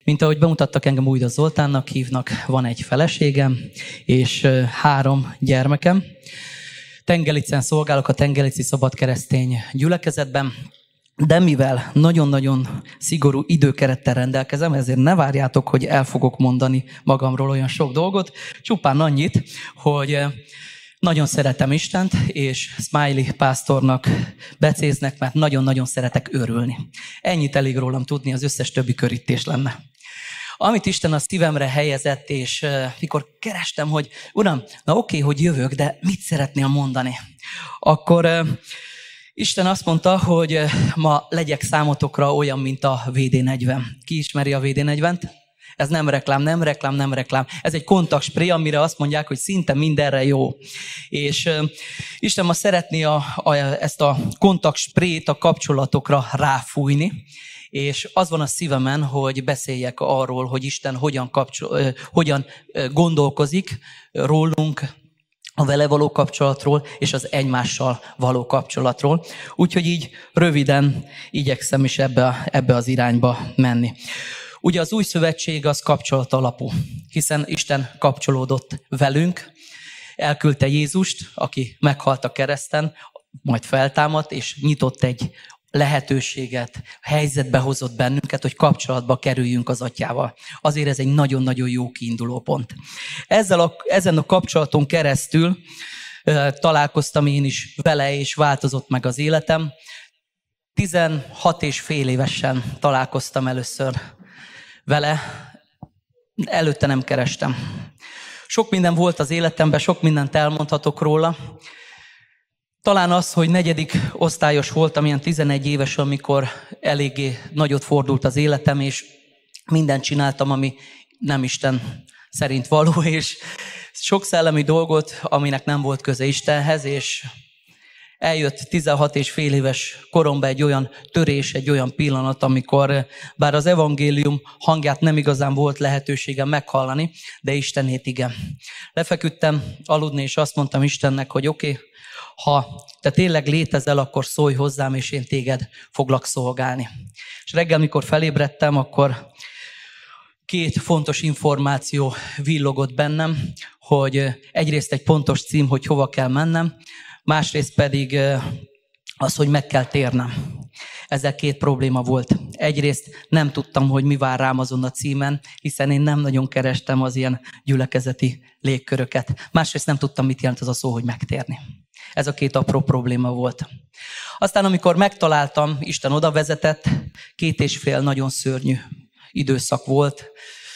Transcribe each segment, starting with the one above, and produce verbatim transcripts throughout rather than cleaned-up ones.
Mint ahogy bemutattak engem, Újda Zoltánnak hívnak, van egy feleségem és három gyermekem. Tengelicen szolgálok a Tengelici Szabadkeresztény Gyülekezetben, de mivel nagyon-nagyon szigorú időkerettel rendelkezem, ezért ne várjátok, hogy el fogok mondani magamról olyan sok dolgot, csupán annyit, hogy nagyon szeretem Istent, és Smiley pásztornak becéznek, mert nagyon-nagyon szeretek örülni. Ennyit elég rólam tudni, az összes többi körítés lenne. Amit Isten a szívemre helyezett, és uh, mikor kerestem, hogy Uram, na oké, hogy jövök, de mit szeretnél mondani? Akkor uh, Isten azt mondta, hogy uh, ma legyek számotokra olyan, mint a vé dé negyven. Ki ismeri a vé dé negyvent? Ez nem reklám, nem reklám, nem reklám. Ez egy kontaktspré, amire azt mondják, hogy szinte mindenre jó. És uh, Isten ma szeretné a, a, ezt a kontaktsprét a kapcsolatokra ráfújni, és az van a szívemen, hogy beszéljek arról, hogy Isten hogyan, kapcsol, hogyan gondolkozik rólunk, a vele való kapcsolatról, és az egymással való kapcsolatról. Úgyhogy így röviden igyekszem is ebbe, ebbe az irányba menni. Ugye az új szövetség az kapcsolat alapú, hiszen Isten kapcsolódott velünk, elküldte Jézust, aki meghalt a kereszten, majd feltámadt, és nyitott egy lehetőséget, helyzetbe hozott bennünket, hogy kapcsolatba kerüljünk az Atyával. Azért ez egy nagyon-nagyon jó kiinduló pont. Ezzel a, ezen a kapcsolaton keresztül uh, találkoztam én is vele, és változott meg az életem. tizenhat és fél évesen találkoztam először vele, előtte nem kerestem. Sok minden volt az életemben, sok mindent elmondhatok róla. Talán az, hogy negyedik osztályos voltam, ilyen tizenegy éves, amikor eléggé nagyot fordult az életem, és mindent csináltam, ami nem Isten szerint való, és sok szellemi dolgot, aminek nem volt köze Istenhez, és eljött tizenhat és fél éves koromban egy olyan törés, egy olyan pillanat, amikor bár az evangélium hangját nem igazán volt lehetőségem meghallani, de Istenét igen. Lefeküdtem aludni, és azt mondtam Istennek, hogy oké, okay, ha te tényleg létezel, akkor szólj hozzám, és én téged foglak szolgálni. És reggel, mikor felébredtem, akkor két fontos információ villogott bennem, hogy egyrészt egy pontos cím, hogy hova kell mennem, másrészt pedig az, hogy meg kell térnem. Ezzel két probléma volt. Egyrészt nem tudtam, hogy mi vár rám azon a címen, hiszen én nem nagyon kerestem az ilyen gyülekezeti légköröket. Másrészt nem tudtam, mit jelent az a szó, hogy megtérni. Ez a két apró probléma volt. Aztán, amikor megtaláltam, Isten oda vezetett, két és fél nagyon szörnyű időszak volt,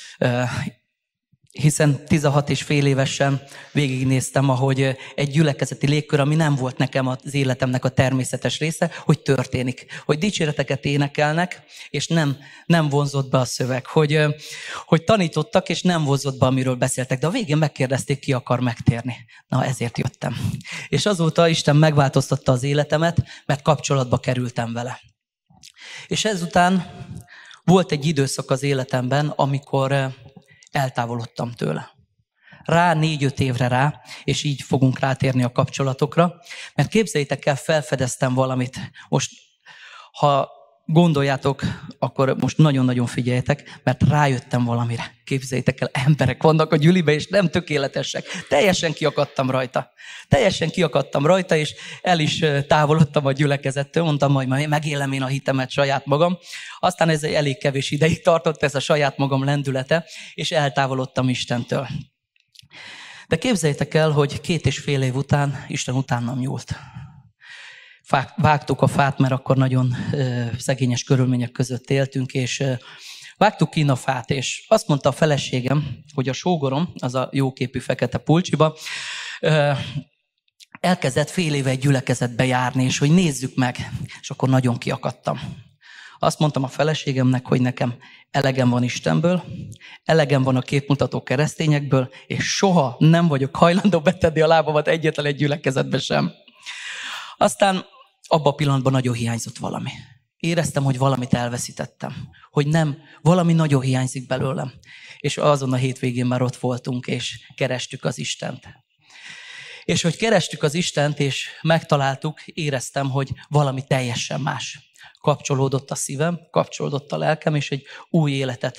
hiszen tizenhat és fél évesen végignéztem, ahogy egy gyülekezeti légkör, ami nem volt nekem az életemnek a természetes része, hogy történik. Hogy dicséreteket énekelnek, és nem, nem vonzott be a szöveg. Hogy, hogy tanítottak, és nem vonzott be, amiről beszéltek. De a végén megkérdezték, ki akar megtérni. Na, ezért jöttem. És azóta Isten megváltoztatta az életemet, mert kapcsolatba kerültem vele. És ezután volt egy időszak az életemben, amikor eltávolodtam tőle. Rá négy-öt évre rá, és így fogunk rátérni a kapcsolatokra, mert képzeljétek el, felfedeztem valamit. Most, ha gondoljátok, akkor most nagyon-nagyon figyeljetek, mert rájöttem valamire. Képzeljétek el, emberek vannak a gyülibe, és nem tökéletesek. Teljesen kiakadtam rajta. Teljesen kiakadtam rajta, és el is távolodtam a gyülekezettől. Mondtam, majd majd megélem én a hitemet saját magam. Aztán ez egy elég kevés ideig tartott, ez a saját magam lendülete, és eltávolodtam Istentől. De képzeljétek el, hogy két és fél év után Isten utánam nyúlt. Vágtuk a fát, mert akkor nagyon ö, szegényes körülmények között éltünk, és ö, vágtuk ki a fát, és azt mondta a feleségem, hogy a sógorom, az a jóképű fekete pulcsiba, ö, elkezdett fél éve egy gyülekezetbe járni, és hogy nézzük meg, és akkor nagyon kiakadtam. Azt mondtam a feleségemnek, hogy nekem elegem van Istenből, elegem van a képmutató keresztényekből, és soha nem vagyok hajlandó betenni a lábamat egyetlen egy gyülekezetbe sem. Aztán abban a pillanatban nagyon hiányzott valami. Éreztem, hogy valamit elveszítettem. Hogy nem, valami nagyon hiányzik belőlem. És azon a hétvégén már ott voltunk, és kerestük az Istent. És hogy kerestük az Istent, és megtaláltuk, éreztem, hogy valami teljesen más. Kapcsolódott a szívem, kapcsolódott a lelkem, és egy új életet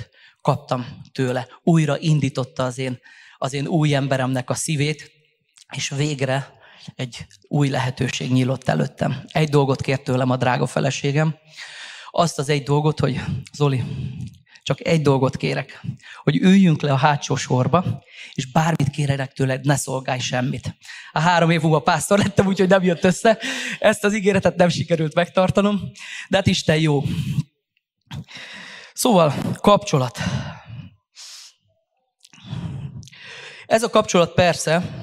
kaptam tőle. Újra indította az én, az én új emberemnek a szívét, és végre egy új lehetőség nyílott előttem. Egy dolgot kért tőlem a drága feleségem. Azt az egy dolgot, hogy Zoli, csak egy dolgot kérek, hogy üljünk le a hátsó sorba, és bármit kérek tőled, ne szolgálj semmit. A három év múlva pásztor lettem, úgyhogy nem jött össze. Ezt az ígéretet nem sikerült megtartanom, de hát Isten jó. Szóval kapcsolat. Ez a kapcsolat persze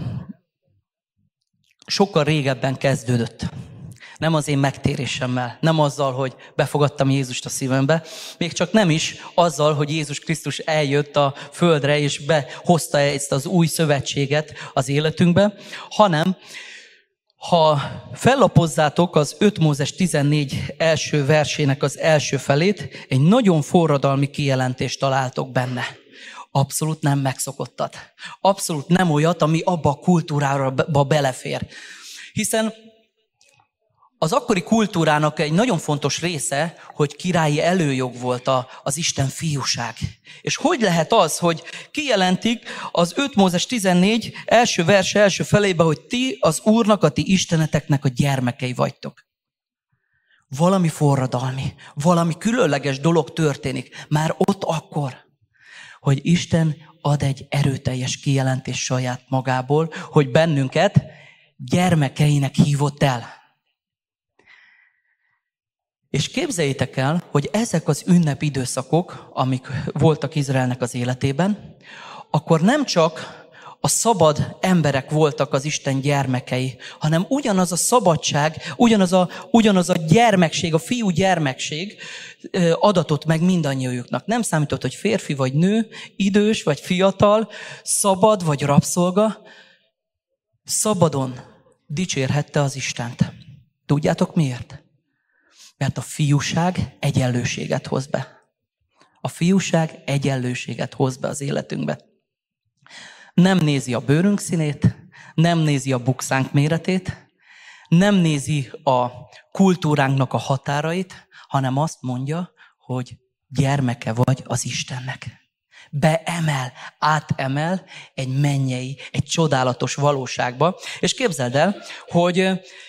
sokkal régebben kezdődött. Nem az én megtérésemmel, nem azzal, hogy befogadtam Jézust a szívembe, még csak nem is azzal, hogy Jézus Krisztus eljött a földre, és behozta ezt az új szövetséget az életünkbe, hanem ha fellapozzátok az öt Mózes tizennégy első versének az első felét, egy nagyon forradalmi kijelentést találtok benne. Abszolút nem megszokottat. Abszolút nem olyat, ami abba a kultúrába belefér. Hiszen az akkori kultúrának egy nagyon fontos része, hogy királyi előjog volt a, az Isten fiúság. És hogy lehet az, hogy kijelentik az öt Mózes tizennégy első verse első felébe, hogy ti az Úrnak, a ti isteneteknek a gyermekei vagytok. Valami forradalmi, valami különleges dolog történik. Már ott akkor, hogy Isten ad egy erőteljes kijelentés saját magából, hogy bennünket gyermekeinek hívott el. És képzeljétek el, hogy ezek az ünnep időszakok, amik voltak Izraelnek az életében, akkor nem csak a szabad emberek voltak az Isten gyermekei, hanem ugyanaz a szabadság, ugyanaz a, ugyanaz a gyermekség, a fiú gyermekség adatott meg mindannyiuknak. Nem számított, hogy férfi vagy nő, idős vagy fiatal, szabad vagy rabszolga, szabadon dicsérhette az Istent. Tudjátok miért? Mert a fiúság egyenlőséget hoz be. A fiúság egyenlőséget hoz be az életünkbe. Nem nézi a bőrünk színét, nem nézi a bukszánk méretét, nem nézi a kultúránknak a határait, hanem azt mondja, hogy gyermeke vagy az Istennek. Beemel, átemel egy mennyei, egy csodálatos valóságba. És képzeld el, hogy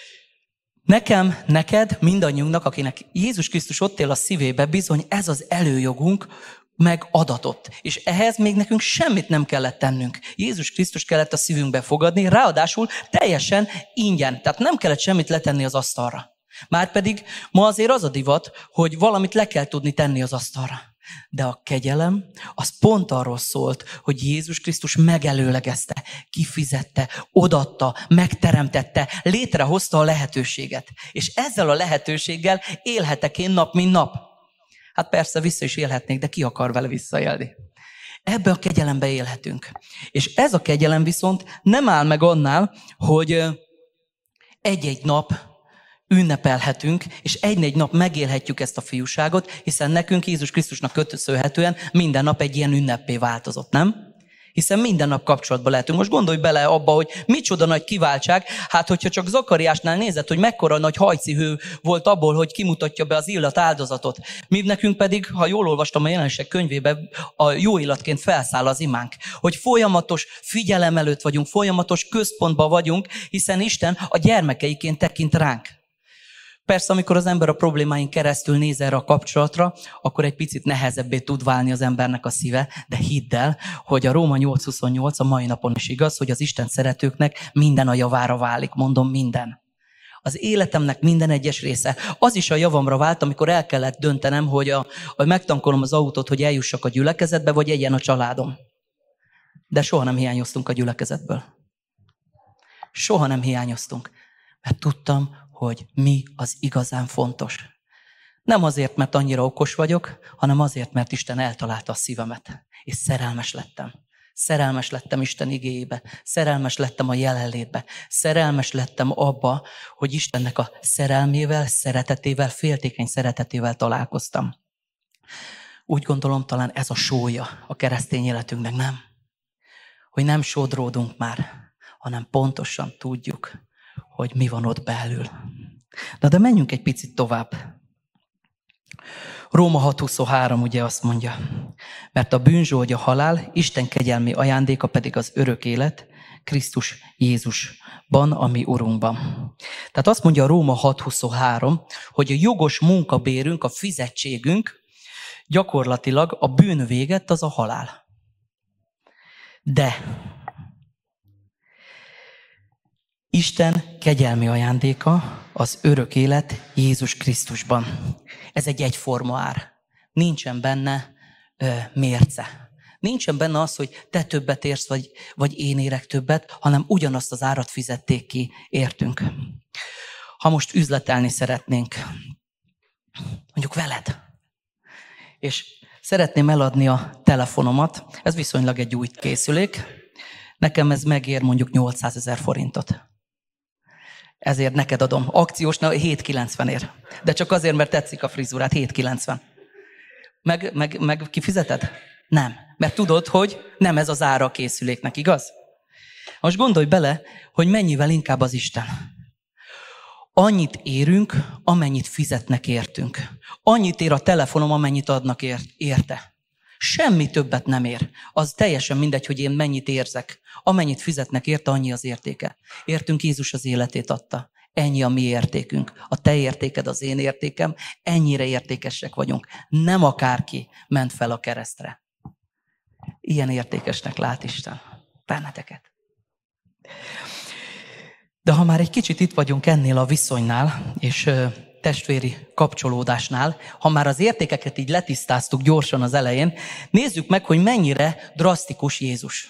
nekem, neked, mindannyiunknak, akinek Jézus Krisztus ott él a szívébe, bizony ez az előjogunk megadatott. És ehhez még nekünk semmit nem kellett tennünk. Jézus Krisztus kellett a szívünkbe fogadni, ráadásul teljesen ingyen. Tehát nem kellett semmit letenni az asztalra. Márpedig ma azért az a divat, hogy valamit le kell tudni tenni az asztalra. De a kegyelem, az pont arról szólt, hogy Jézus Krisztus megelőlegezte, kifizette, odatta, megteremtette, létrehozta a lehetőséget. És ezzel a lehetőséggel élhetek én nap, mint nap. Hát persze vissza is élhetnék, de ki akar vele visszaélni? Ebbe a kegyelembe élhetünk. És ez a kegyelem viszont nem áll meg annál, hogy egy-egy nap ünnepelhetünk, és egy-egy nap megélhetjük ezt a fiúságot, hiszen nekünk Jézus Krisztusnak köszönhetően minden nap egy ilyen ünneppé változott, nem? Hiszen minden nap kapcsolatban lehetünk. Most gondolj bele abba, hogy micsoda nagy kiváltság, hát hogyha csak Zakariásnál nézed, hogy mekkora nagy hajcihő volt abból, hogy kimutatja be az illat áldozatot. Mi nekünk pedig, ha jól olvastam a Jelenések könyvében, a jó illatként felszáll az imánk. Hogy folyamatos figyelem előtt vagyunk, folyamatos központban vagyunk, hiszen Isten a gyermekeiként tekint ránk. Persze, amikor az ember a problémáin keresztül néz erre a kapcsolatra, akkor egy picit nehezebbé tud válni az embernek a szíve, de hidd el, hogy a Róma nyolc huszonnyolc a mai napon is igaz, hogy az Isten szeretőknek minden a javára válik, mondom minden. Az életemnek minden egyes része. Az is a javamra vált, amikor el kellett döntenem, hogy, a, hogy megtankolom az autót, hogy eljussak a gyülekezetbe, vagy egyen a családom. De soha nem hiányoztunk a gyülekezetből. Soha nem hiányoztunk, mert tudtam, hogy mi az igazán fontos. Nem azért, mert annyira okos vagyok, hanem azért, mert Isten eltalálta a szívemet. És szerelmes lettem. Szerelmes lettem Isten igéjébe. Szerelmes lettem a jelenlétbe. Szerelmes lettem abba, hogy Istennek a szerelmével, szeretetével, féltékeny szeretetével találkoztam. Úgy gondolom, talán ez a sója a keresztény életünknek, nem? Hogy nem sodródunk már, hanem pontosan tudjuk, hogy mi van ott belül. Na de menjünk egy picit tovább. Róma hat huszonhárom ugye azt mondja, mert a bűnzsógy a halál, Isten kegyelmi ajándéka pedig az örök élet, Krisztus Jézusban, a mi Urunkban. Tehát azt mondja a Róma hat huszonhárom, hogy a jogos munkabérünk, a fizetségünk gyakorlatilag a bűn véget, az a halál. De Isten kegyelmi ajándéka az örök élet Jézus Krisztusban. Ez egy egyforma ár. Nincsen benne ö, mérce. Nincsen benne az, hogy te többet érsz, vagy, vagy én érek többet, hanem ugyanazt az árat fizették ki, értünk. Ha most üzletelni szeretnénk, mondjuk veled, és szeretném eladni a telefonomat, ez viszonylag egy új készülék, nekem ez megér mondjuk nyolcszázezer forintot. Ezért neked adom. Akciósnál hét kilencven ér. De csak azért, mert tetszik a frizurát, hét kilencven. Meg, meg, meg kifizeted? Nem. Mert tudod, hogy nem ez az ára a készüléknek, igaz? Most gondolj bele, hogy mennyivel inkább az Isten. Annyit érünk, amennyit fizetnek értünk. Annyit ér a telefonom, amennyit adnak érte. Semmi többet nem ér. Az teljesen mindegy, hogy én mennyit érzek. Amennyit fizetnek érte, annyi az értéke. Értünk, Jézus az életét adta. Ennyi a mi értékünk. A te értéked, az én értékem. Ennyire értékesek vagyunk. Nem akárki ment fel a keresztre. Ilyen értékesnek lát Isten benneteket. De ha már egy kicsit itt vagyunk ennél a viszonynál, és testvéri kapcsolódásnál, ha már az értékeket így letisztáztuk gyorsan az elején, nézzük meg, hogy mennyire drasztikus Jézus.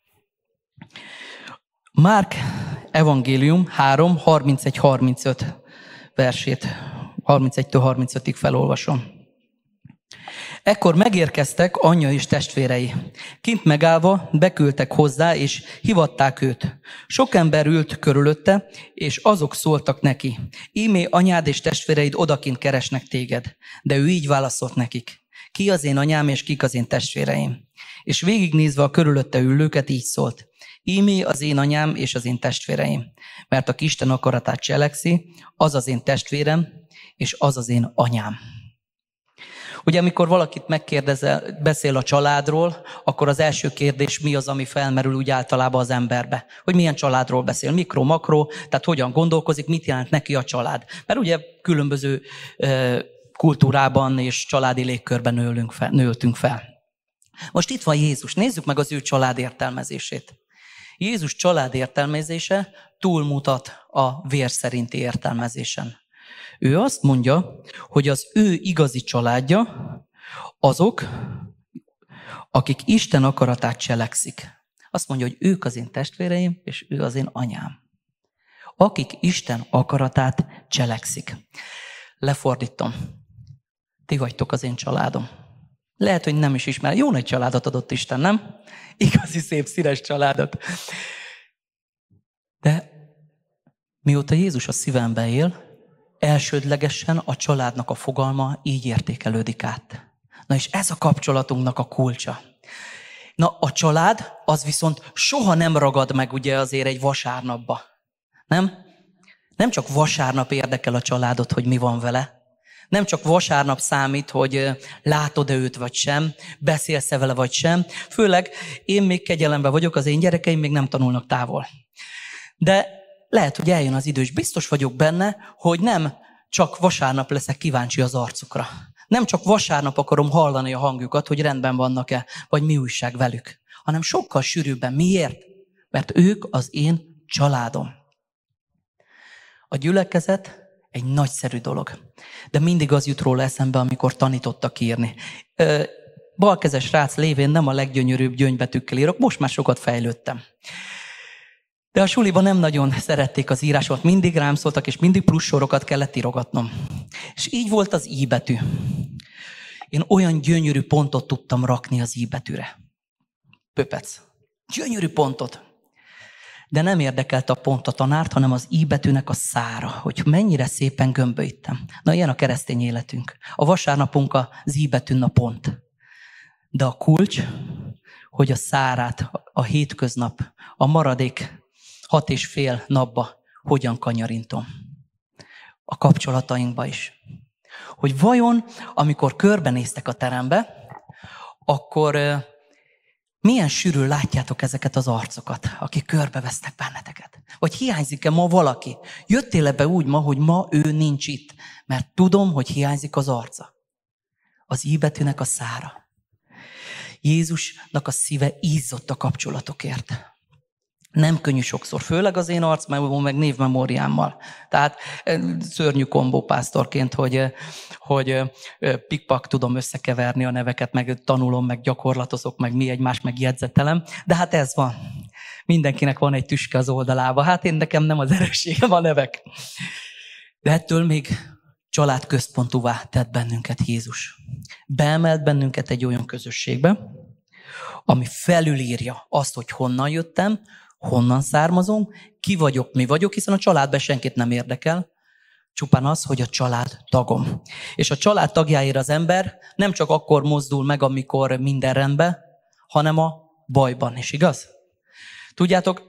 Márk evangélium három harmincegy harmincöt versét, harmincegytől harmincötig felolvasom. Ekkor megérkeztek anyja és testvérei. Kint megállva beküldtek hozzá, és hivatták őt. Sok ember ült körülötte, és azok szóltak neki. Ímé anyád és testvéreid odakint keresnek téged. De ő így válaszolt nekik. Ki az én anyám, és kik az én testvéreim? És végignézve a körülötte ülőket így szólt. Ímé az én anyám és az én testvéreim. Mert aki Isten akaratát cselekszi, az az én testvérem, és az az én anyám. Ugye amikor valakit megkérdezel, beszél a családról, akkor az első kérdés mi az, ami felmerül úgy általában az emberbe. Hogy milyen családról beszél, mikro, makro, tehát hogyan gondolkozik, mit jelent neki a család. Mert ugye különböző e, kultúrában és családi légkörben nőlünk fel, nőltünk fel. Most itt van Jézus, nézzük meg az ő család értelmezését. Jézus család értelmezése túlmutat a vér szerinti értelmezésen. Ő azt mondja, hogy az ő igazi családja azok, akik Isten akaratát cselekszik. Azt mondja, hogy ők az én testvéreim, és ő az én anyám. Akik Isten akaratát cselekszik. Lefordítom. Ti vagytok az én családom. Lehet, hogy nem is ismer. Jó nagy családot adott Isten, nem? Igazi szép, színes családot. De mióta Jézus a szívembe él, elsődlegesen a családnak a fogalma így értékelődik át. Na és ez a kapcsolatunknak a kulcsa. Na a család az viszont soha nem ragad meg ugye azért egy vasárnapba. Nem? Nem csak vasárnap érdekel a családot, hogy mi van vele. Nem csak vasárnap számít, hogy látod-e őt vagy sem, beszélsz-e vele vagy sem. Főleg én még kegyelemben vagyok, az én gyerekeim még nem tanulnak távol. De lehet, hogy eljön az idő, és biztos vagyok benne, hogy nem csak vasárnap leszek kíváncsi az arcukra. Nem csak vasárnap akarom hallani a hangjukat, hogy rendben vannak-e, vagy mi újság velük, hanem sokkal sűrűbben. Miért? Mert ők az én családom. A gyülekezet egy nagyszerű dolog. De mindig az jut róla eszembe, amikor tanítottak írni. Balkezes srác lévén nem a leggyönyörűbb gyöngybetűkkel írok, most már sokat fejlődtem. De a suliban nem nagyon szerették az írásomat, mindig rám szóltak, és mindig plusz sorokat kellett írogatnom. És így volt az I betű. Én olyan gyönyörű pontot tudtam rakni az I betűre. Pöpec. Gyönyörű pontot. De nem érdekelte a pont a tanárt, hanem az I betűnek a szára, hogy mennyire szépen gömbölyítem. Na, ilyen a keresztény életünk. A vasárnapunk az I betűn a pont. De a kulcs, hogy a szárát, a hétköznap, a maradék hat és fél napba hogyan kanyarintom. A kapcsolatainkba is. hogy vajon, amikor körbenéztek a terembe, akkor milyen sűrűn látjátok ezeket az arcokat, akik körbevesznek benneteket? Vagy hiányzik-e ma valaki? Jöttél be úgy ma, hogy ma ő nincs itt, mert tudom, hogy hiányzik az arca. Az I betűnek a szára. Jézusnak a szíve ízott a kapcsolatokért. Nem könnyű sokszor, főleg az én arcmemóriámmal, meg névmemóriámmal. Tehát szörnyű kombó pásztorként, hogy, hogy pikpak tudom összekeverni a neveket, meg tanulom, meg gyakorlatozok, meg mi egymást, meg jegyzetelem. De hát ez van. Mindenkinek van egy tüske az oldalába. Hát én nekem nem az erősségem a nevek. De ettől még családközpontúvá tett bennünket Jézus. Beemelt bennünket egy olyan közösségbe, ami felülírja azt, hogy honnan jöttem, honnan származom, ki vagyok, mi vagyok, hiszen a családban senkit nem érdekel, csupán az, hogy a család tagom. És a család tagjáért az ember nem csak akkor mozdul meg, amikor minden rendben, hanem a bajban is, igaz? Tudjátok,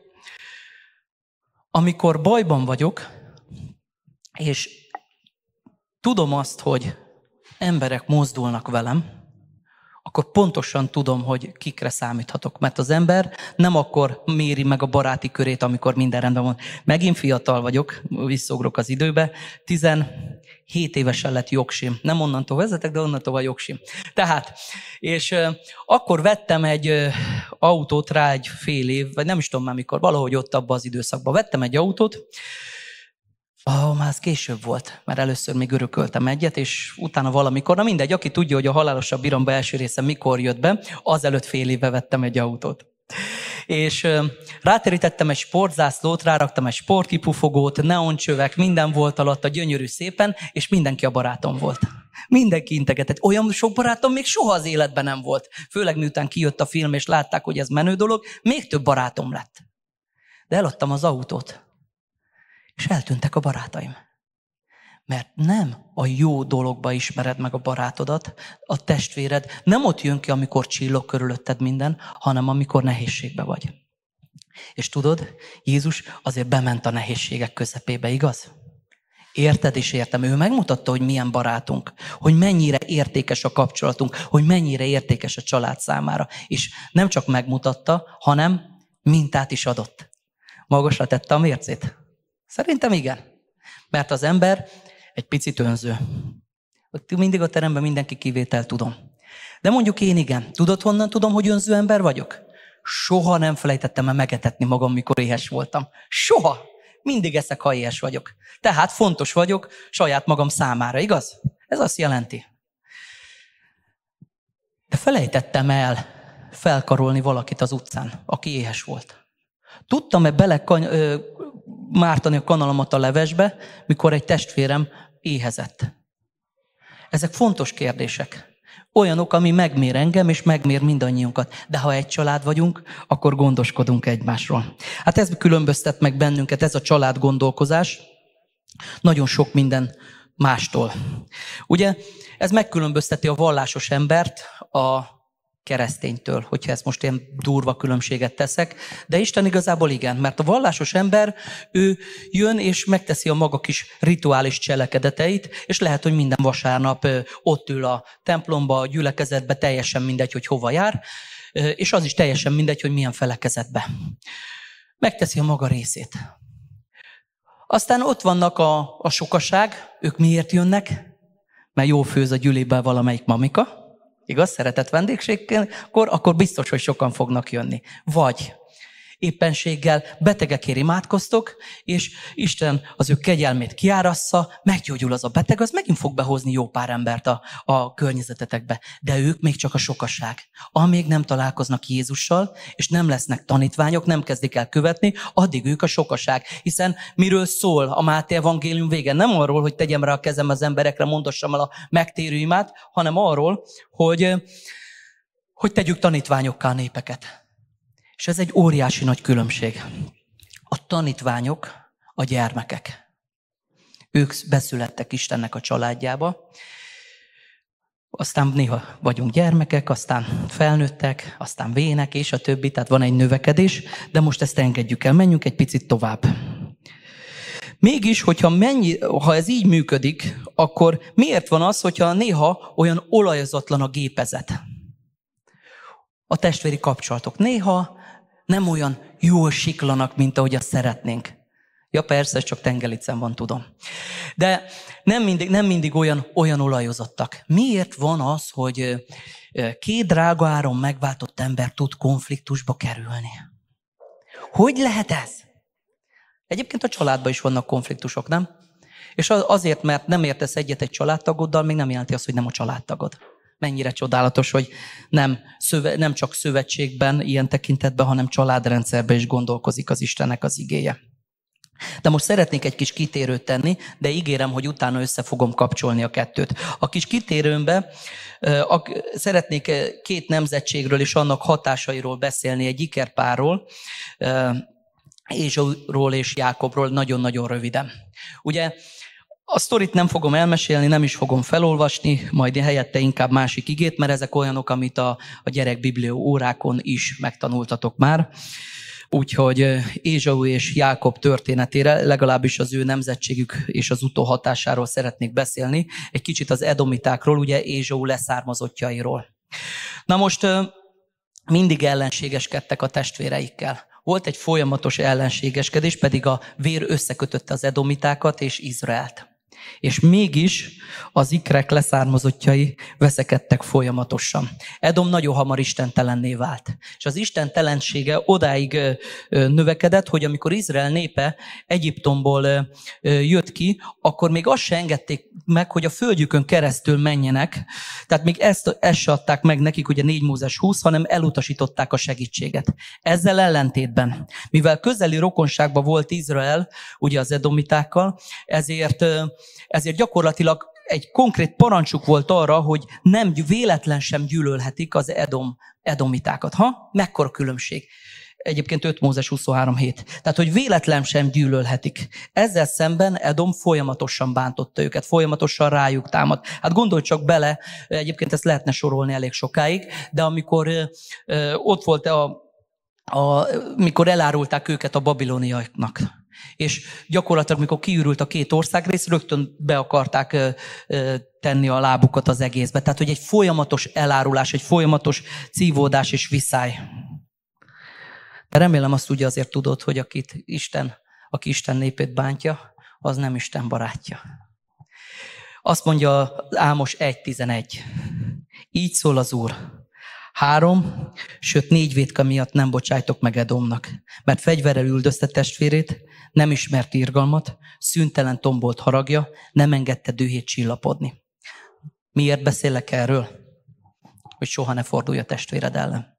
amikor bajban vagyok, és tudom azt, hogy emberek mozdulnak velem, akkor pontosan tudom, hogy kikre számíthatok. Mert az ember nem akkor méri meg a baráti körét, amikor minden rendben van. Megint fiatal vagyok, visszaugrok az időbe, tizenhét évesen lett jogsim. Nem onnantól vezetek, de onnantól van jogsim. Tehát, és euh, akkor vettem egy euh, autót rá egy fél év, vagy nem is tudom már mikor, valahogy ott abban az időszakban. Vettem egy autót, Ah, már ez később volt, mert először még örököltem egyet, és utána valamikor, na mindegy, aki tudja, hogy a Halálosabb Iramba első része mikor jött be, azelőtt fél éve vettem egy autót. És uh, ráterítettem egy sportzászlót, ráraktam egy sportkipufogót, neoncsövek, minden volt alatt, a gyönyörű szépen, és mindenki a barátom volt. Mindenki integetett. Olyan sok barátom még soha az életben nem volt. Főleg miután kijött a film, és látták, hogy ez menő dolog, még több barátom lett. De eladtam az autót. És eltűntek a barátaim. Mert nem a jó dologba ismered meg a barátodat, a testvéred nem ott jön ki, amikor csillog körülötted minden, hanem amikor nehézségbe vagy. És tudod, Jézus azért bement a nehézségek közepébe, igaz? Érted és értem. Ő megmutatta, hogy milyen barátunk, hogy mennyire értékes a kapcsolatunk, hogy mennyire értékes a család számára. És nem csak megmutatta, hanem mintát is adott. Magasra tette a mércét. Szerintem igen. Mert az ember egy picit önző. Mindig a teremben mindenki kivétel tudom. De mondjuk én igen. Tudod, honnan tudom, hogy önző ember vagyok? Soha nem felejtettem el megetetni magam, mikor éhes voltam. Soha. Mindig eszek, ha éhes vagyok. Tehát fontos vagyok saját magam számára, igaz? Ez azt jelenti. De felejtettem el felkarolni valakit az utcán, aki éhes volt. Tudtam-e bele ö, mártani a kanalamat a levesbe, mikor egy testvérem éhezett? Ezek fontos kérdések. Olyanok, ami megmér engem, és megmér mindannyiunkat. De ha egy család vagyunk, akkor gondoskodunk egymásról. Hát ez különböztet meg bennünket, ez a családgondolkozás, nagyon sok minden mástól. Ugye, ez megkülönbözteti a vallásos embert a kereszténytől, hogyha ezt most én durva különbséget teszek, de Isten igazából igen, mert a vallásos ember, ő jön és megteszi a maga kis rituális cselekedeteit, és lehet, hogy minden vasárnap ott ül a templomba, a gyülekezetbe, teljesen mindegy, hogy hova jár, és az is teljesen mindegy, hogy milyen felekezetbe. Megteszi a maga részét. Aztán ott vannak a, a sokaság, ők miért jönnek? Mert jó főz a gyülébe valamelyik mamika, igaz, szeretett vendégségkor, akkor biztos, hogy sokan fognak jönni. Vagy éppenséggel betegekért imádkoztok, és Isten az ő kegyelmét kiárassza, meggyógyul az a beteg, az megint fog behozni jó pár embert a, a környezetetekbe. De ők még csak a sokaság. Amíg nem találkoznak Jézussal, és nem lesznek tanítványok, nem kezdik el követni, addig ők a sokaság. Hiszen miről szól a Máté evangélium vége? Nem arról, hogy tegyem rá a kezem az emberekre, mondossam el a megtérő imát, hanem arról, hogy, hogy tegyük tanítványokká a népeket. És ez egy óriási nagy különbség. A tanítványok a gyermekek. Ők beszülettek Istennek a családjába, aztán néha vagyunk gyermekek, aztán felnőttek, aztán vének, és a többi, tehát van egy növekedés, de most ezt engedjük el, menjünk egy picit tovább. Mégis, hogyha mennyi, ha ez így működik, akkor miért van az, hogyha néha olyan olajozatlan a gépezet? A testvéri kapcsolatok néha nem olyan jól siklanak, mint ahogy azt szeretnénk. Ja persze, ez csak Tengelicen van, tudom. De nem mindig, nem mindig olyan, olyan olajozottak. Miért van az, hogy két drága áron megváltott ember tud konfliktusba kerülni? Hogy lehet ez? Egyébként a családban is vannak konfliktusok, nem? És azért, mert nem értesz egyet egy családtagoddal, még nem jelenti azt, hogy nem a családtagod. Mennyire csodálatos, hogy nem, szöve, nem csak szövetségben, ilyen tekintetben, hanem családrendszerben is gondolkozik az Istennek az igéje. De most szeretnék egy kis kitérőt tenni, de ígérem, hogy utána össze fogom kapcsolni a kettőt. A kis kitérőmbe szeretnék két nemzetségről és annak hatásairól beszélni, egy ikerpárról, Ézsauról és Jákobról nagyon-nagyon röviden. Ugye a sztorit nem fogom elmesélni, nem is fogom felolvasni, majd helyette inkább másik igét, mert ezek olyanok, amit a, a gyerekbiblió órákon is megtanultatok már. Úgyhogy Ézsau és Jákob történetére, legalábbis az ő nemzetségük és az utóhatásáról szeretnék beszélni. Egy kicsit az edomitákról, ugye Ézsau leszármazottjairól. Na most mindig ellenségeskedtek a testvéreikkel. Volt egy folyamatos ellenségeskedés, pedig a vér összekötötte az edomitákat és Izraelt. És mégis az ikrek leszármazottjai veszekedtek folyamatosan. Edom nagyon hamar istentelenné vált. És az istentelensége odáig növekedett, hogy amikor Izrael népe Egyiptomból jött ki, akkor még azt se engedték meg, hogy a földjükön keresztül menjenek. Tehát még ezt, ezt se adták meg nekik, ugye négy Mózes húsz, hanem elutasították a segítséget. Ezzel ellentétben, mivel közeli rokonságban volt Izrael, ugye az edomitákkal, ezért Ezért gyakorlatilag egy konkrét parancsuk volt arra, hogy nem véletlen sem gyűlölhetik az Edom, edomitákat. Ha? Mekkora különbség. Egyébként öt Mózes huszonhárom hét. Tehát, hogy véletlen sem gyűlölhetik. Ezzel szemben Edom folyamatosan bántotta őket, folyamatosan rájuk támad. Hát gondolj csak bele, egyébként ezt lehetne sorolni elég sokáig, de amikor ö, ö, ott volt a, a, mikor elárulták őket a babiloniaiaknak. És gyakorlatilag, mikor kiürült a két országrész, rögtön be akarták ö, ö, tenni a lábukat az egészbe. Tehát, hogy egy folyamatos elárulás, egy folyamatos cívódás és viszály. De remélem azt ugye azért tudod, hogy akit Isten, aki Isten népét bántja, az nem Isten barátja. Azt mondja Ámos egy tizenegy. Így szól az Úr. Három, sőt négy vétka miatt nem bocsájtok meg Edomnak, mert fegyverrel üldözte testvérét, nem ismert irgalmat, szüntelen tombolt haragja, nem engedte dühét csillapodni. Miért beszélek erről? Hogy soha ne fordulj a testvéred ellen.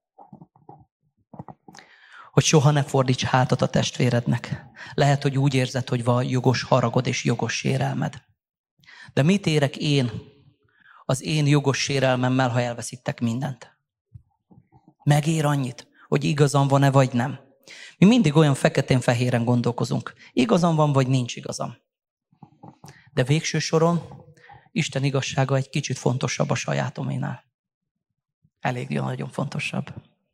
Hogy soha ne fordíts hátat a testvérednek. Lehet, hogy úgy érzed, hogy van jogos haragod és jogos sérelmed. De mit érek én az én jogos sérelmemmel, ha elveszítek mindent? Megér annyit, hogy igazam van-e vagy nem? Mi mindig olyan feketén-fehéren gondolkozunk. Igazam van, vagy nincs igazam. De végső soron Isten igazsága egy kicsit fontosabb a sajátoménál. Elég nagyon fontosabb.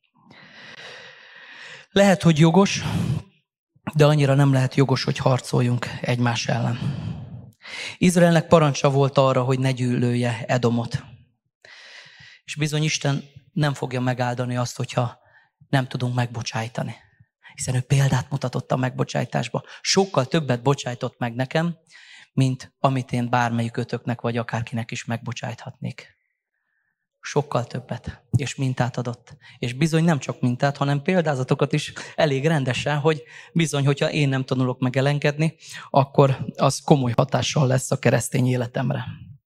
Lehet, hogy jogos, de annyira nem lehet jogos, hogy harcoljunk egymás ellen. Izraelnek parancsa volt arra, hogy ne gyűlölje Edomot. És bizony Isten nem fogja megáldani azt, hogyha nem tudunk megbocsájtani. Hiszen ő példát mutatott a megbocsájtásba. Sokkal többet bocsájtott meg nekem, mint amit én bármelyikőtöknek vagy akárkinek is megbocsájthatnék. Sokkal többet, és mintát adott. És bizony nem csak mintát, hanem példázatokat is elég rendesen, hogy bizony, hogyha én nem tanulok meg elengedni, akkor az komoly hatással lesz a keresztény életemre.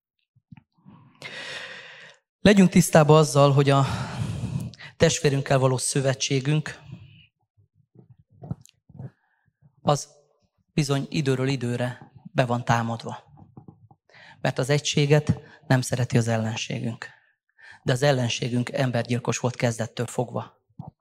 Legyünk tisztában azzal, hogy a testvérünkkel való szövetségünk az bizony időről időre be van támadva. Mert az egységet nem szereti az ellenségünk. De az ellenségünk embergyilkos volt kezdettől fogva.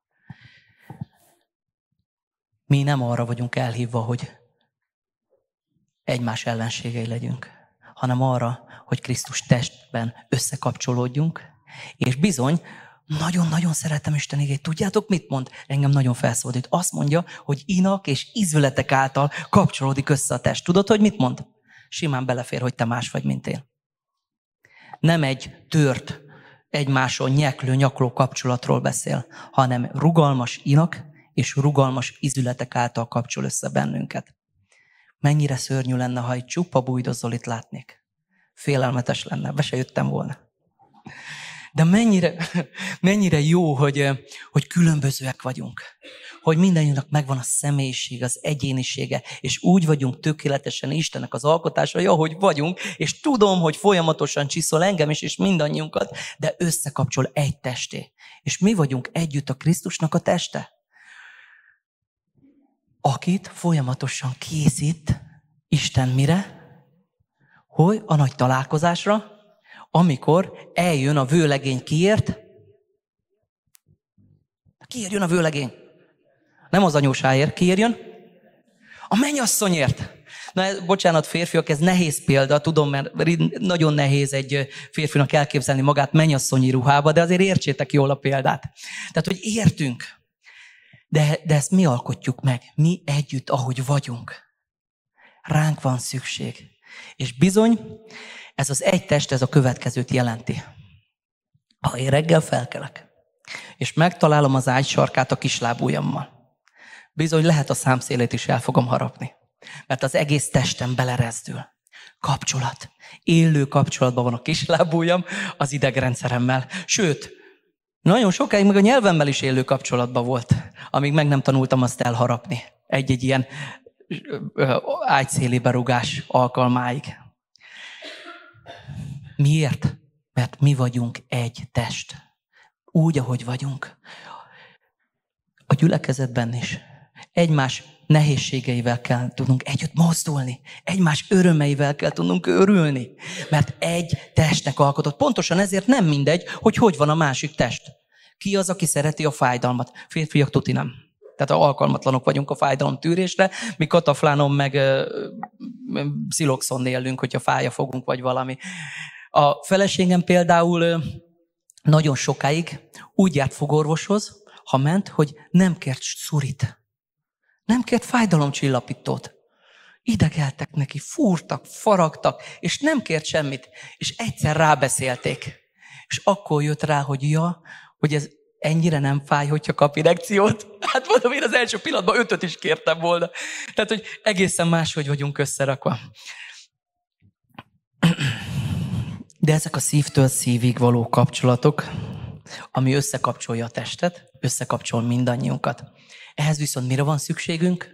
Mi nem arra vagyunk elhívva, hogy egymás ellenségei legyünk, hanem arra, hogy Krisztus testben összekapcsolódjunk, és bizony Nagyon-nagyon szeretem Isten igét. Tudjátok, mit mond? Engem nagyon felszólít. Azt mondja, hogy inak és ízületek által kapcsolódik össze a test. Tudod, hogy mit mond? Simán belefér, hogy te más vagy, mint én. Nem egy tört, egymáson nyeklő, nyakló kapcsolatról beszél, hanem rugalmas inak és rugalmas ízületek által kapcsol össze bennünket. Mennyire szörnyű lenne, ha egy csupa Bújdos Zolit látnék. Félelmetes lenne, be se jöttem volna. De mennyire, mennyire jó, hogy, hogy különbözőek vagyunk. Hogy mindannyiunknak megvan a személyiség, az egyénisége, és úgy vagyunk tökéletesen Istennek az alkotásai, ahogy vagyunk, és tudom, hogy folyamatosan csiszol engem is, és mindannyiunkat, de összekapcsol egy testé. És mi vagyunk együtt a Krisztusnak a teste? Akit folyamatosan készít Isten mire? Hogy a nagy találkozásra, amikor eljön a vőlegény kiért? Kiért jön a vőlegény? Nem az anyósáért, kiért jön? A mennyasszonyért. Na, bocsánat, férfiak, ez nehéz példa, tudom, mert nagyon nehéz egy férfinak elképzelni magát mennyasszonyi ruhába, de azért értsétek jól a példát. Tehát, hogy értünk. De, de ezt mi alkotjuk meg? Mi együtt, ahogy vagyunk. Ránk van szükség. És bizony, ez az egy test, ez a következőt jelenti. Ha én reggel felkelek, és megtalálom az ágy sarkát a kislábujjammal, bizony lehet a számszélét is el fogom harapni. Mert az egész testem belerezdül. Kapcsolat. Élő kapcsolatban van a kislábujjam az idegrendszeremmel. Sőt, nagyon sokáig meg a nyelvemmel is élő kapcsolatban volt, amíg meg nem tanultam azt elharapni. Egy-egy ilyen ágyszélébe rugás alkalmáig. Miért? Mert mi vagyunk egy test. Úgy, ahogy vagyunk. A gyülekezetben is. Egymás nehézségeivel kell tudnunk együtt mozdulni. Egymás örömeivel kell tudnunk örülni. Mert egy testnek alkotott. Pontosan ezért nem mindegy, hogy hogy van a másik test. Ki az, aki szereti a fájdalmat? Férfiak tuti nem. Tehát alkalmatlanok vagyunk a fájdalom tűrésre, mi kataflánon meg sziloxon élünk, hogyha fája fogunk, vagy valami. A feleségem például nagyon sokáig úgy járt fogorvoshoz, ha ment, hogy nem kért szurit. Nem kért fájdalomcsillapítót. Idegeltek neki, fúrtak, faragtak, és nem kért semmit. És egyszer rábeszélték. És akkor jött rá, hogy ja, hogy ez ennyire nem fáj, hogyha kap erekciót. Hát mondom, én az első pillanatban ötöt is kértem volna. Tehát, hogy egészen máshogy vagyunk összerakva. De ezek a szívtől szívig való kapcsolatok, ami összekapcsolja a testet, összekapcsol mindannyiunkat. Ehhez viszont mire van szükségünk?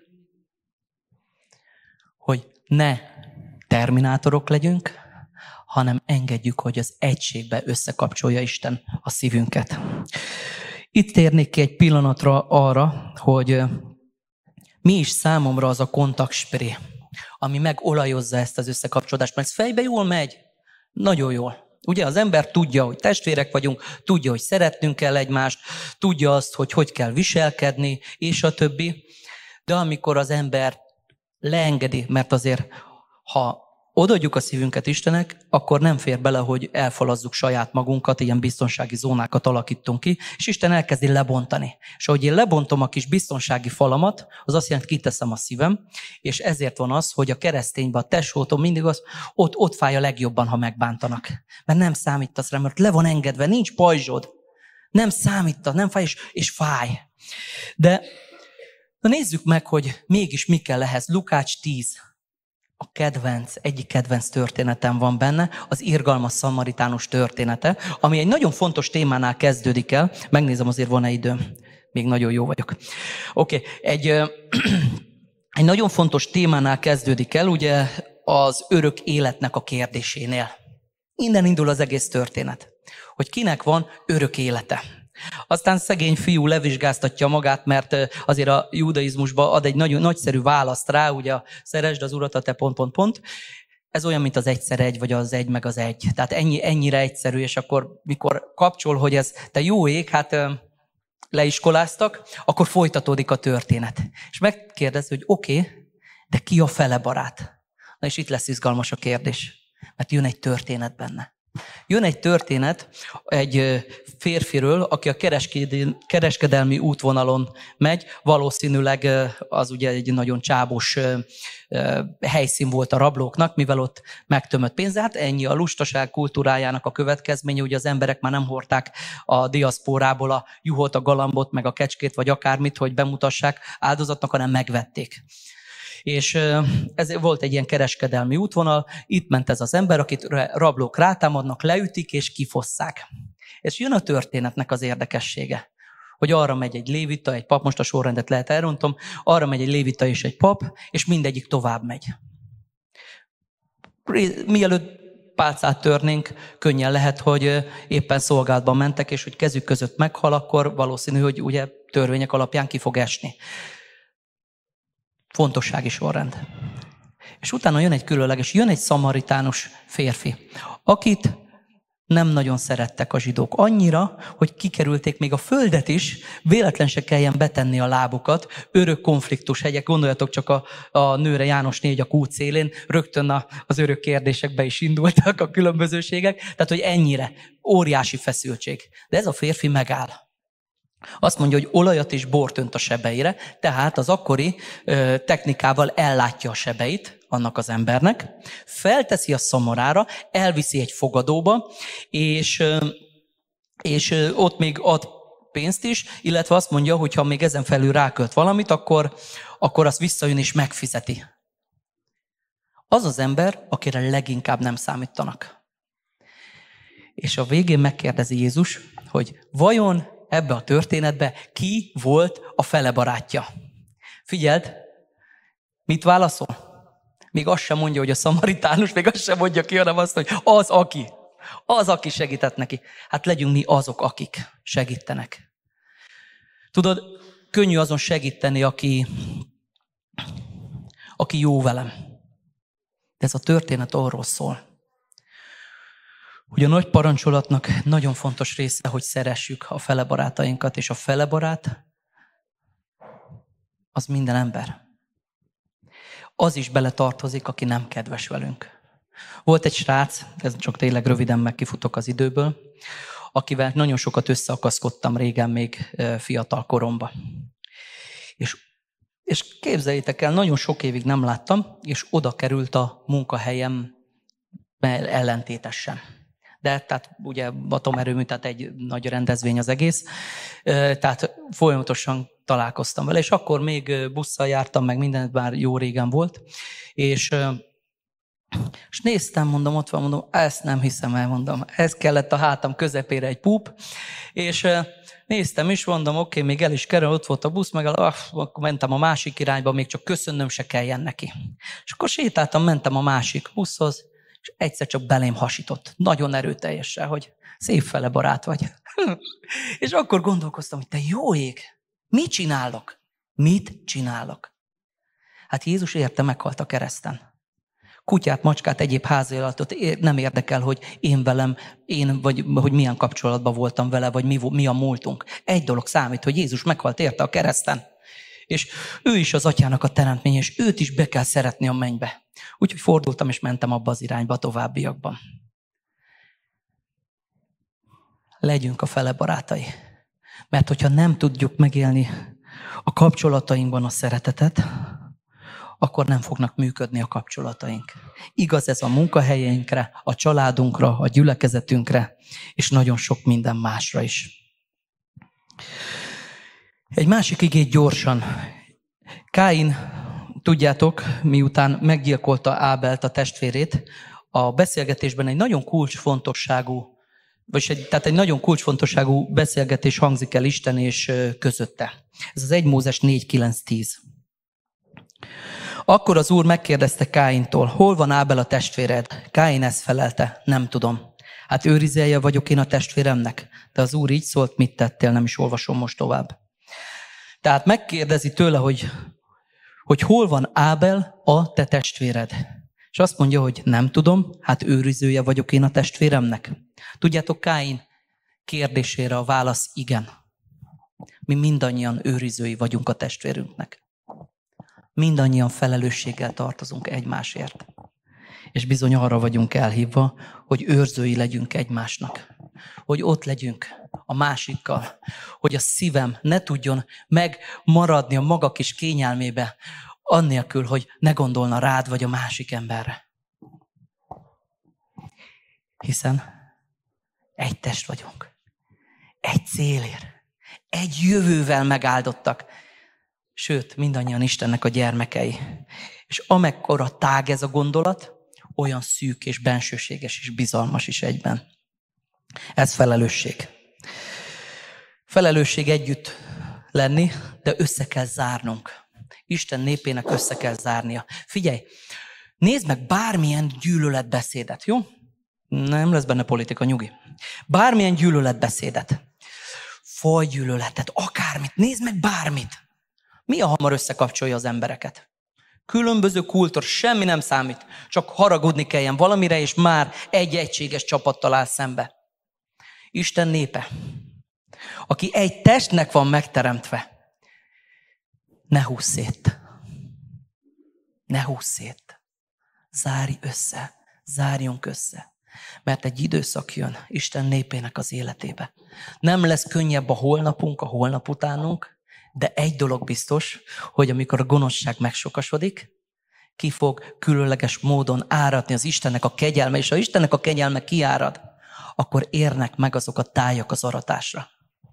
Hogy ne terminátorok legyünk, hanem engedjük, hogy az egységbe összekapcsolja Isten a szívünket. Itt térnék ki egy pillanatra arra, hogy mi is számomra az a kontaktspré, ami megolajozza ezt az összekapcsolódást, mert ez fejbe jól megy, nagyon jól. Ugye az ember tudja, hogy testvérek vagyunk, tudja, hogy szeretnünk kell egymást, tudja azt, hogy hogy kell viselkedni, és a többi. De amikor az ember leengedi, mert azért, ha odaadjuk a szívünket Istennek, akkor nem fér bele, hogy elfalazzuk saját magunkat, ilyen biztonsági zónákat alakítunk ki, és Isten elkezdi lebontani. És ahogy én lebontom a kis biztonsági falamat, az azt jelenti, kiteszem a szívem, és ezért van az, hogy a keresztényben, a tesóton mindig az, ott, ott fáj a legjobban, ha megbántanak. Mert nem számítasz rá, mert le van engedve, nincs pajzsod. Nem számítasz, nem fáj, és, és fáj. De na nézzük meg, hogy mégis mi kell ehhez. Lukács tíz. A kedvenc, egyik kedvenc történetem van benne, az irgalmas szamaritánus története, ami egy nagyon fontos témánál kezdődik el. Megnézem, azért van-e időm. Még nagyon jó vagyok. Oké, okay. egy, egy nagyon fontos témánál kezdődik el, ugye az örök életnek a kérdésénél. Innen indul az egész történet, hogy kinek van örök élete. Aztán szegény fiú levizsgáztatja magát, mert azért a judaizmusban ad egy nagyon nagyszerű választ rá, ugye szeresd az Urat, a te pont, pont, pont. Ez olyan, mint az egyszer egy, vagy az egy, meg az egy. Tehát ennyi, ennyire egyszerű, és akkor mikor kapcsol, hogy ez te jó ég, hát leiskoláztak, akkor folytatódik a történet. És megkérdez, hogy oké, okay, de ki a fele barát? Na és itt lesz izgalmas a kérdés, mert jön egy történet benne. Jön egy történet egy férfiről, aki a kereskedelmi útvonalon megy, valószínűleg az ugye egy nagyon csábos helyszín volt a rablóknak, mivel ott megtömött pénz, de hát ennyi a lustaság kultúrájának a következménye, ugye az emberek már nem hordták a diaszpórából a juhot, a galambot, meg a kecskét, vagy akármit, hogy bemutassák áldozatnak, hanem megvették. És ez volt egy ilyen kereskedelmi útvonal, itt ment ez az ember, akit rablók rátámadnak, leütik és kifosszák. És jön a történetnek az érdekessége, hogy arra megy egy lévita, egy pap, most a sorrendet lehet elrontom, arra megy egy lévita és egy pap, és mindegyik tovább megy. Mielőtt pálcát törnénk, könnyen lehet, hogy éppen szolgálatban mentek, és hogy kezük között meghal, akkor valószínű, hogy ugye törvények alapján ki fog esni. Fontossági sorrend. És utána jön egy különleges, jön egy szamaritánus férfi, akit nem nagyon szerettek a zsidók. Annyira, hogy kikerülték még a földet is, véletlen se kelljen betenni a lábukat, örök konfliktus hegyek, gondoljatok csak a, a nőre János négy a kút szélén, rögtön a, az örök kérdésekbe is indultak a különbözőségek, tehát hogy ennyire óriási feszültség. De ez a férfi megáll. Azt mondja, hogy olajat és bort önt a sebeire, tehát az akkori ö, technikával ellátja a sebeit annak az embernek, felteszi a szomorára, elviszi egy fogadóba, és, ö, és ö, ott még ad pénzt is, illetve azt mondja, hogy ha még ezen felül rákölt valamit, akkor, akkor azt visszajön és megfizeti. Az az ember, akire leginkább nem számítanak. És a végén megkérdezi Jézus, hogy vajon ebbe a történetbe ki volt a fele barátja. Figyeld, mit válaszol? Még azt sem mondja, hogy a szamaritánus, még azt sem mondja ki, hanem azt, hogy az, aki. Az, aki segített neki. Hát legyünk mi azok, akik segítenek. Tudod, könnyű azon segíteni, aki, aki jó velem. De ez a történet arról szól, hogy a nagy parancsolatnak nagyon fontos része, hogy szeressük a fele barátainkat, és a fele barát az minden ember. Az is beletartozik, aki nem kedves velünk. Volt egy srác, ez csak tényleg röviden megkifutok az időből, akivel nagyon sokat összeakaszkodtam régen még fiatal koromban. És, és képzeljétek el, nagyon sok évig nem láttam, és oda került a munkahelyem ellentétesen. De tehát ugye atomerőmű, tehát egy nagy rendezvény az egész, tehát folyamatosan találkoztam vele, és akkor még busszal jártam, meg mindent már jó régen volt, és, és néztem, mondom, ott van, mondom, ezt nem hiszem el, mondom, ez kellett a hátam közepére egy púp, és néztem is, mondom, oké, okay, még el is kerül, ott volt a busz, meg ah, akkor mentem a másik irányba, még csak köszönnöm se kelljen neki. És akkor sétáltam, mentem a másik buszhoz, és egyszer csak belém hasított, nagyon erőteljesen, hogy szép fele barát vagy. És akkor gondolkoztam, hogy te jó ég, mit csinálok? Mit csinálok? Hát Jézus érte, meghalt a kereszten. Kutyát, macskát, egyéb háziállatot nem érdekel, hogy én velem, én vagy hogy milyen kapcsolatban voltam vele, vagy mi, mi a múltunk. Egy dolog számít, hogy Jézus meghalt érte a kereszten. És ő is az atyának a teremtménye, és őt is be kell szeretni a mennybe. Úgyhogy fordultam, és mentem abba az irányba a továbbiakban. Legyünk a fele barátai. Mert hogyha nem tudjuk megélni a kapcsolatainkban a szeretetet, akkor nem fognak működni a kapcsolataink. Igaz ez a munkahelyeinkre, a családunkra, a gyülekezetünkre, és nagyon sok minden másra is. Egy másik igét gyorsan. Káin, tudjátok, miután meggyilkolta Ábelt, a testvérét, a beszélgetésben egy nagyon kulcsfontosságú, vagy egy, tehát egy nagyon kulcsfontosságú beszélgetés hangzik el Isten és közötte. Ez az egy Mózes négy kilenc tíz. Akkor az Úr megkérdezte Káintól, hol van Ábel a testvéred? Káin ezt felelte, nem tudom. Hát őrizelje vagyok én a testvéremnek. De az Úr így szólt, mit tettél, nem is olvasom most tovább. Tehát megkérdezi tőle, hogy, hogy hol van Ábel a te testvéred. És azt mondja, hogy nem tudom, hát őrizője vagyok én a testvéremnek. Tudjátok, Káin kérdésére a válasz igen. Mi mindannyian őrizői vagyunk a testvérünknek. Mindannyian felelősséggel tartozunk egymásért. És bizony arra vagyunk elhívva, hogy őrzői legyünk egymásnak. Hogy ott legyünk a másikkal. Hogy a szívem ne tudjon megmaradni a maga kis kényelmébe, annélkül, hogy ne gondolna rád vagy a másik emberre. Hiszen egy test vagyunk. Egy célért. Egy jövővel megáldottak. Sőt, mindannyian Istennek a gyermekei. És amekkora tág ez a gondolat, olyan szűk és bensőséges és bizalmas is egyben. Ez felelősség. Felelősség együtt lenni, de össze kell zárnunk. Isten népének össze kell zárnia. Figyelj, nézd meg bármilyen gyűlöletbeszédet, jó? Nem lesz benne politika, nyugi. Bármilyen gyűlöletbeszédet, fajgyűlöletet, akármit, nézd meg bármit. Mi a hamar összekapcsolja az embereket? Különböző kultúr, semmi nem számít. Csak haragudni kelljen valamire, és már egy egységes csapattal áll szembe. Isten népe, aki egy testnek van megteremtve, ne húzz szét. Ne húzz szét. Zárj össze. Zárjunk össze. Mert egy időszak jön Isten népének az életébe. Nem lesz könnyebb a holnapunk, a holnap utánunk, de egy dolog biztos, hogy amikor a gonoszság megsokasodik, ki fog különleges módon áradni az Istennek a kegyelme, és ha Istennek a kegyelme kiárad, akkor érnek meg azok a tájak az aratásra.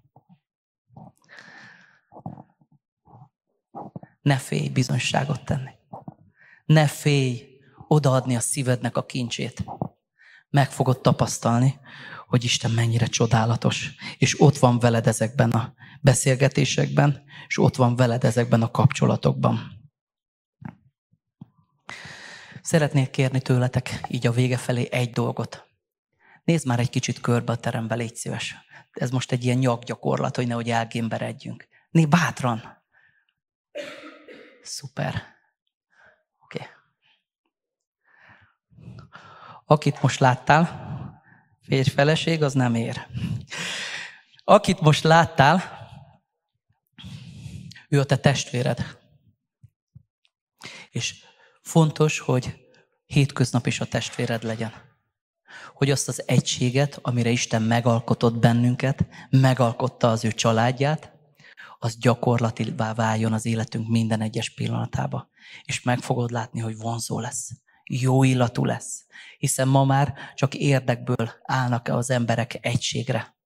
Ne félj bizonyságot tenni. Ne félj odaadni a szívednek a kincsét. Meg fogod tapasztalni, hogy Isten mennyire csodálatos, és ott van veled ezekben a beszélgetésekben, és ott van veled ezekben a kapcsolatokban. Szeretnék kérni tőletek így a vége felé egy dolgot. Nézd már egy kicsit körbe a terembe, légy szíves. Ez most egy ilyen nyakgyakorlat, hogy nehogy elgémberedjünk. Né, bátran. Szuper. Oké. Okay. Akit most láttál, férj feleség, az nem ér. Akit most láttál, ő a te testvéred. És fontos, hogy hétköznap is a testvéred legyen. Hogy azt az egységet, amire Isten megalkotott bennünket, megalkotta az ő családját, az gyakorlatívá váljon az életünk minden egyes pillanatába. És meg fogod látni, hogy vonzó lesz. Jó illatú lesz. Hiszen ma már csak érdekből állnak az emberek egységre.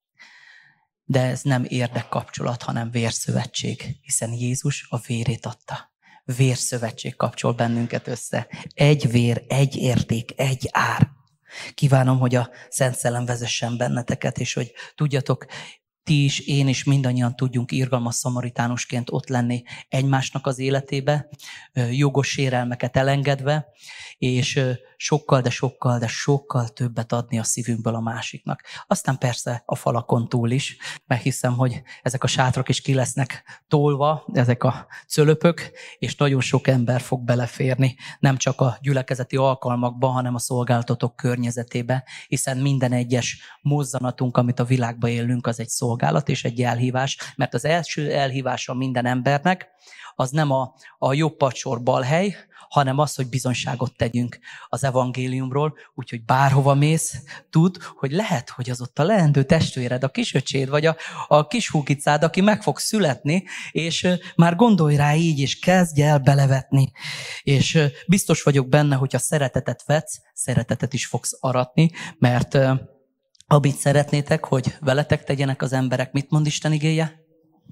De ez nem érdekkapcsolat, hanem vérszövetség. Hiszen Jézus a vérét adta. Vérszövetség kapcsol bennünket össze. Egy vér, egy érték, egy ár. Kívánom, hogy a Szent Szellem vezessen benneteket, és hogy tudjatok, ti is, én is, mindannyian tudjunk irgalmas szamaritánusként ott lenni egymásnak az életébe, jogos sérelmeket elengedve, és sokkal, de sokkal, de sokkal többet adni a szívünkből a másiknak. Aztán persze a falakon túl is, mert hiszem, hogy ezek a sátrak is ki lesznek tolva, ezek a cölöpök, és nagyon sok ember fog beleférni, nem csak a gyülekezeti alkalmakban, hanem a szolgáltatók környezetébe, hiszen minden egyes mozzanatunk, amit a világban élünk, az egy szolgálat és egy elhívás, mert az első elhívása minden embernek, az nem a, a jobb padsor balhely, hanem az, hogy bizonyságot tegyünk az evangéliumról, úgyhogy bárhova mész, tudd, hogy lehet, hogy az ott a leendő testvéred, a kisöcséd, vagy a, a kishúgicád, aki meg fog születni, és már gondolj rá így, és kezdj el belevetni. És biztos vagyok benne, hogyha szeretetet vetsz, szeretetet is fogsz aratni, mert amit szeretnétek, hogy veletek tegyenek az emberek, mit mond Isten igéje?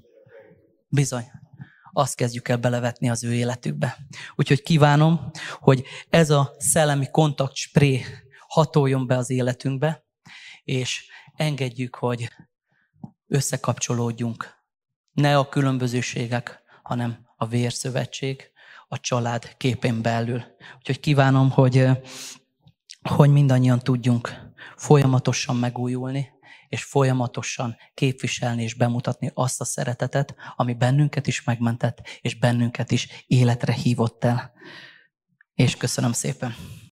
Bizony. Azt kezdjük el belevetni az ő életükbe. Úgyhogy kívánom, hogy ez a szellemi kontaktspré hatoljon be az életünkbe, és engedjük, hogy összekapcsolódjunk. Ne a különbözőségek, hanem a vérszövetség, a család képén belül. Úgyhogy kívánom, hogy, hogy mindannyian tudjunk folyamatosan megújulni, és folyamatosan képviselni és bemutatni azt a szeretetet, ami bennünket is megmentett, és bennünket is életre hívott el. És köszönöm szépen!